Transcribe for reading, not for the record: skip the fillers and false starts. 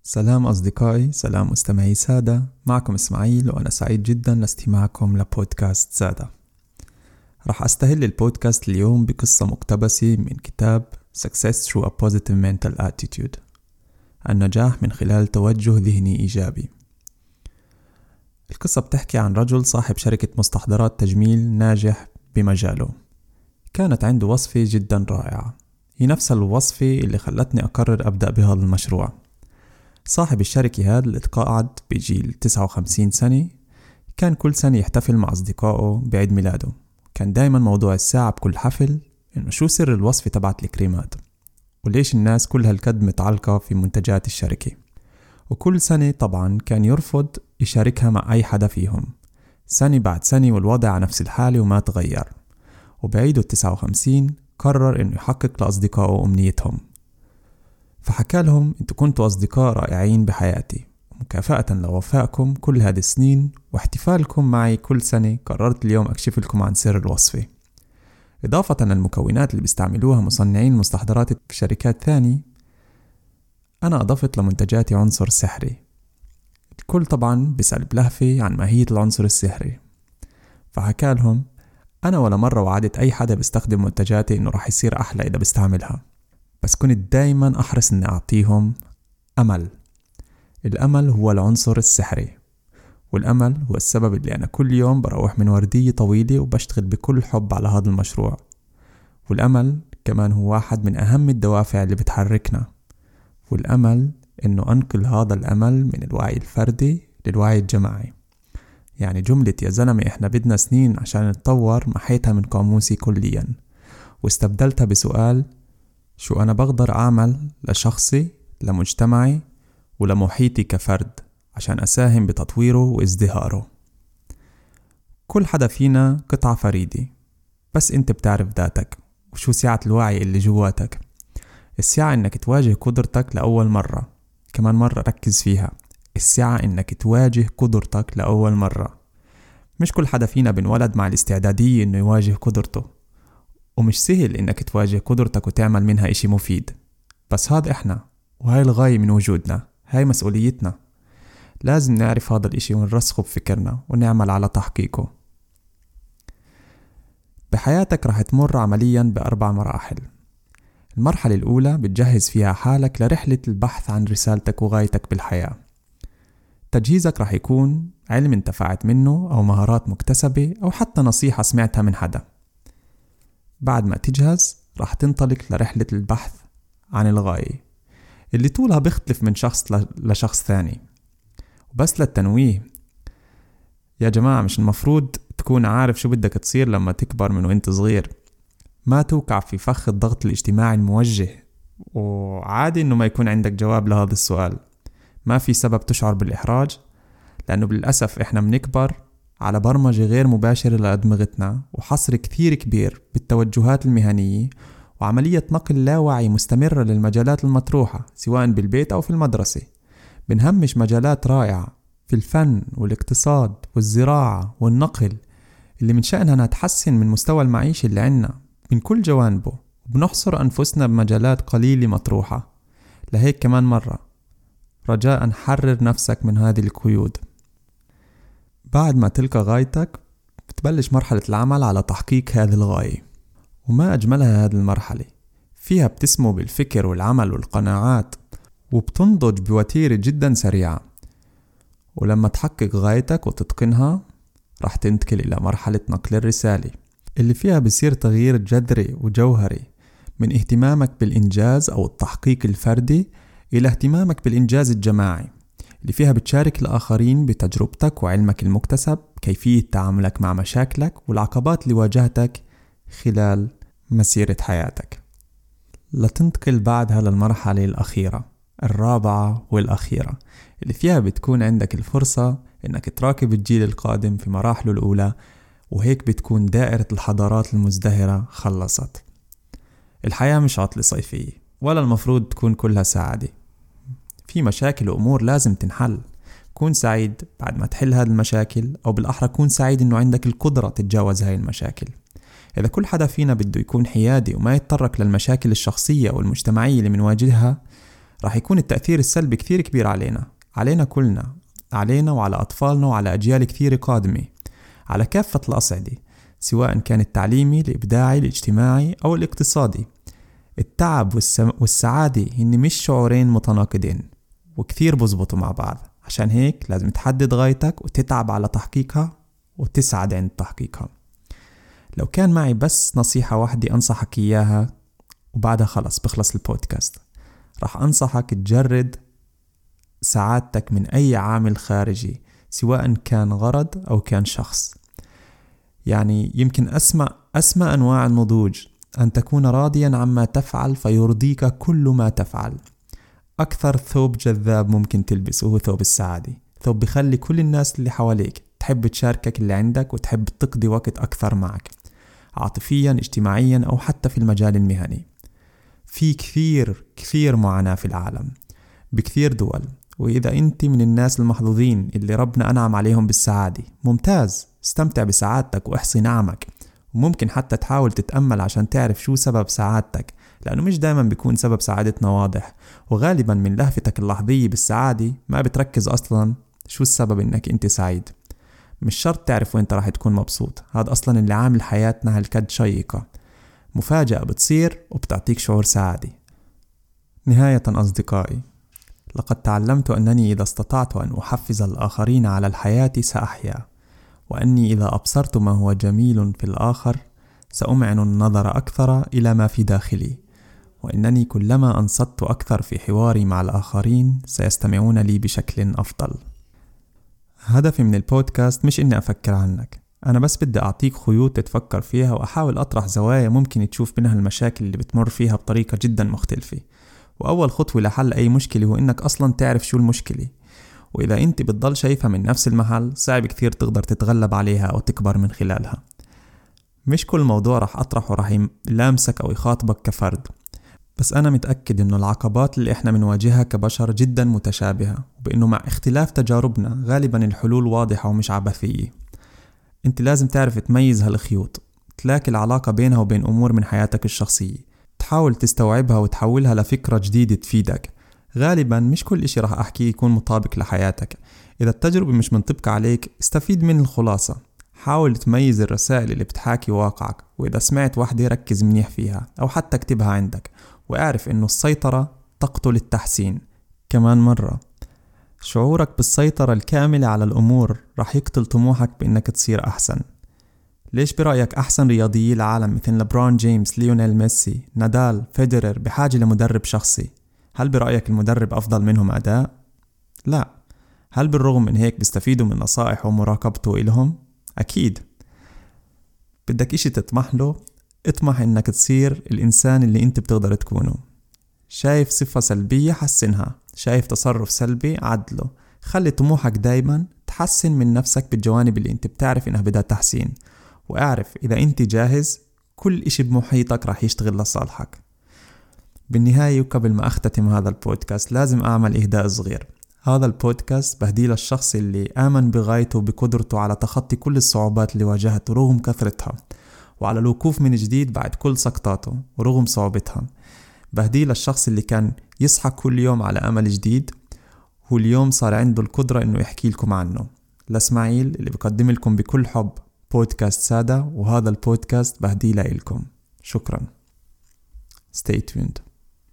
سلام أصدقائي، سلام مستمعي سادة. معكم إسماعيل وأنا سعيد جدا لاستماعكم لبودكاست سادة. رح أستهل البودكاست اليوم بقصة مقتبسة من كتاب Success through a Positive Mental Attitude، النجاح من خلال توجه ذهني إيجابي. القصة بتحكي عن رجل صاحب شركة مستحضرات تجميل ناجح بمجاله. كانت عنده وصفة جدا رائعة، هي نفس الوصفة اللي خلتني أقرر أبدأ بهذا المشروع. صاحب الشركة هذا اللي تقاعد بجيل 59 سنة كان كل سنة يحتفل مع أصدقائه بعيد ميلاده. كان دايما موضوع الساعة بكل حفل إنه شو سر الوصفة تبعت الكريمات، وليش الناس كل هالقد متعلقة في منتجات الشركة. وكل سنة طبعا كان يرفض يشاركها مع أي حدا فيهم، سنة بعد سنة والوضع على نفس الحالة وما تغير. وبعيده 59 قرر إنه يحقق لأصدقائه أمنيتهم، فحكى لهم: انتوا كنتوا أصدقاء رائعين بحياتي، ومكافأة لوفائكم كل هذه السنين واحتفالكم معي كل سنة قررت اليوم أكشف لكم عن سر الوصفة. إضافة للمكونات اللي بيستعملوها مصنعين المستحضرات في شركات ثانية، أنا أضفت لمنتجاتي عنصر سحري. الكل طبعا بيسأل بلهفة عن ماهية العنصر السحري، فحكى لهم: أنا ولا مرة وعدت أي حدا بيستخدم منتجاتي إنه راح يصير أحلى إذا بيستعملها، بس كنت دايما أحرص إني أعطيهم أمل. الأمل هو العنصر السحري، والأمل هو السبب اللي أنا كل يوم بروح من وردية طويلة وبشتغل بكل حب على هذا المشروع. والأمل كمان هو واحد من أهم الدوافع اللي بتحركنا. والأمل إنه أنقل هذا الأمل من الوعي الفردي للوعي الجماعي. يعني جملة يا زلمة إحنا بدنا سنين عشان نتطور محيتها من قاموسي كليا، واستبدلتها بسؤال: شو أنا بقدر أعمل لشخصي، لمجتمعي، ولمحيطي كفرد عشان أساهم بتطويره وازدهاره. كل حدا فينا قطعة فريدة، بس أنت بتعرف ذاتك وشو سعة الوعي اللي جواتك. السعة إنك تواجه قدرتك لأول مرة. كمان مرة ركز فيها، السعة إنك تواجه قدرتك لأول مرة. مش كل حدا فينا بنولد مع الاستعدادية إنه يواجه قدرته، ومش سهل إنك تواجه قدرتك وتعمل منها إشي مفيد. بس هذا إحنا، وهاي الغاية من وجودنا، هاي مسؤوليتنا. لازم نعرف هذا الإشي ونرسخه بفكرنا ونعمل على تحقيقه. بحياتك رح تمر عمليا ب4 مراحل. المرحلة الأولى بتجهز فيها حالك لرحلة البحث عن رسالتك وغايتك بالحياة. تجهيزك رح يكون علم انتفعت منه أو مهارات مكتسبة أو حتى نصيحة سمعتها من حدا. بعد ما تجهز رح تنطلق لرحلة البحث عن الغاية اللي طولها بيختلف من شخص لشخص ثاني. وبس للتنويه يا جماعة، مش المفروض تكون عارف شو بدك تصير لما تكبر من وانت صغير. ما توقع في فخ الضغط الاجتماعي الموجه، وعادي انه ما يكون عندك جواب لهذا السؤال. ما في سبب تشعر بالإحراج، لأنه بالأسف إحنا بنكبر على برمجة غير مباشرة لأدمغتنا وحصر كثير كبير بالتوجهات المهنية وعملية نقل لا وعي مستمرة للمجالات المطروحة سواء بالبيت أو في المدرسة. بنهمش مجالات رائعة في الفن والاقتصاد والزراعة والنقل اللي من شأنها أنها تحسن من مستوى المعيشة اللي عنا من كل جوانبه، وبنحصر أنفسنا بمجالات قليلة مطروحة. لهيك كمان مرة رجاء حرر نفسك من هذه القيود. بعد ما تلقى غايتك بتبلش مرحلة العمل على تحقيق هذه الغاية. وما أجملها هذه المرحلة، فيها بتسمو بالفكر والعمل والقناعات، وبتنضج بوتيرة جدا سريعة. ولما تحقق غايتك وتتقنها رح تنتقل إلى مرحلة نقل الرسالة، اللي فيها بصير تغيير جذري وجوهري من اهتمامك بالإنجاز أو التحقيق الفردي إلى اهتمامك بالإنجاز الجماعي، اللي فيها بتشارك الآخرين بتجربتك وعلمك المكتسب، كيفية تعاملك مع مشاكلك والعقبات اللي واجهتك خلال مسيرة حياتك. لتنتقل بعدها للمرحلة الأخيرة، الرابعة والأخيرة، اللي فيها بتكون عندك الفرصة إنك تراقب الجيل القادم في مراحله الأولى، وهيك بتكون دائرة الحضارات المزدهرة خلصت. الحياة مش عطلة صيفية ولا المفروض تكون كلها سعادة. في مشاكل وأمور لازم تنحل. كون سعيد بعد ما تحل هذه المشاكل، أو بالأحرى كون سعيد إنه عندك القدرة تتجاوز هاي المشاكل. إذا كل حدا فينا بده يكون حيادي وما يتطرق للمشاكل الشخصية والمجتمعية اللي منواجهها، راح يكون التأثير السلبي كثير كبير علينا كلنا، علينا وعلى أطفالنا وعلى أجيال كثير قادمة، على كافة الأصعدة، سواء كان التعليمي، الإبداعي، الاجتماعي أو الاقتصادي. التعب والسعادة هن مش شعورين متناقضين وكثير بزبطوا مع بعض، عشان هيك لازم تحدد غايتك وتتعب على تحقيقها وتسعد عند تحقيقها. لو كان معي بس نصيحة واحدة أنصحك إياها وبعدها خلص بخلص البودكاست، راح أنصحك تجرد سعادتك من أي عامل خارجي، سواء كان غرض أو كان شخص. يعني يمكن أسمى أنواع النضوج أن تكون راضيا عما تفعل فيرضيك كل ما تفعل. أكثر ثوب جذاب ممكن تلبسه هو ثوب السعادة، ثوب بيخلي كل الناس اللي حواليك تحب تشاركك اللي عندك وتحب تقضي وقت أكثر معك، عاطفيا، اجتماعيا أو حتى في المجال المهني. في كثير معاناة في العالم بكثير دول، وإذا أنت من الناس المحظوظين اللي ربنا أنعم عليهم بالسعادة، ممتاز، استمتع بسعادتك واحصي نعمك. وممكن حتى تحاول تتأمل عشان تعرف شو سبب سعادتك، لأنه مش دايما بيكون سبب سعادتنا واضح، وغالبا من لهفتك اللحظية بالسعادة ما بتركز أصلا شو السبب إنك أنت سعيد. مش شرط تعرف وإنت راح تكون مبسوط، هذا أصلا اللي عامل حياتنا هالكد شيقة، مفاجأة بتصير وبتعطيك شعور سعادة. نهاية أصدقائي، لقد تعلمت أنني إذا استطعت أن أحفز الآخرين على الحياة سأحيا، وأني إذا أبصرت ما هو جميل في الآخر سأمعن النظر أكثر إلى ما في داخلي، وإنني كلما أنصت أكثر في حواري مع الآخرين سيستمعون لي بشكل أفضل. هدفي من البودكاست مش إني أفكر عنك، أنا بس بدي أعطيك خيوط تتفكر فيها وأحاول أطرح زوايا ممكن تشوف منها المشاكل اللي بتمر فيها بطريقة جدا مختلفة. وأول خطوة لحل أي مشكلة هو إنك أصلا تعرف شو المشكلة، وإذا أنت بتضل شايفها من نفس المحل صعب كثير تقدر تتغلب عليها أو تكبر من خلالها. مش كل موضوع رح أطرحه رح يلامسك أو يخاطبك كفرد، بس أنا متأكد إنه العقبات اللي إحنا بنواجهها كبشر جدا متشابهة، وبإنه مع اختلاف تجاربنا غالبا الحلول واضحة ومش عبثية. أنت لازم تعرف تميز هالخيوط، تلاقي العلاقة بينها وبين أمور من حياتك الشخصية، تحاول تستوعبها وتحولها لفكرة جديدة تفيدك. غالبا مش كل إشي رح أحكيه يكون مطابق لحياتك، إذا التجربة مش منطبقة عليك استفيد من الخلاصة، حاول تميز الرسائل اللي بتحاكي واقعك، وإذا سمعت واحدة ركز منيح فيها أو حتى اكتبها عندك، واعرف إنه السيطرة تقتل التحسين. كمان مرة، شعورك بالسيطرة الكاملة على الأمور رح يقتل طموحك بإنك تصير أحسن. ليش برأيك أحسن رياضيي العالم مثل لبرون جيمس، ليونيل ميسي، نادال، فيدرر بحاجة لمدرب شخصي؟ هل برأيك المدرب أفضل منهم أداء؟ لا. هل بالرغم من هيك بيستفيدوا من نصائح ومراقبته إلهم؟ أكيد. بدك إشي تطمح له، اطمح إنك تصير الإنسان اللي أنت بتقدر تكونه. شايف صفة سلبية حسنها، شايف تصرف سلبي عدله، خلي طموحك دايما تحسن من نفسك بالجوانب اللي أنت بتعرف إنها بدها تحسين، واعرف إذا أنت جاهز كل إشي بمحيطك راح يشتغل لصالحك. بالنهاية وقبل ما أختتم هذا البودكاست لازم أعمل إهداء صغير. هذا البودكاست بهديه للشخص اللي آمن بغايته وبقدرته على تخطي كل الصعوبات اللي واجهته رغم كثرتها، وعلى الوقوف من جديد بعد كل سقطاته ورغم صعوبتها. بهديه للشخص اللي كان يصحى كل يوم على أمل جديد، واليوم صار عنده القدرة إنه يحكي لكم عنه. لإسماعيل اللي بقدم لكم بكل حب بودكاست سادة، وهذا البودكاست بهديه لكم. شكرا. Stay tuned.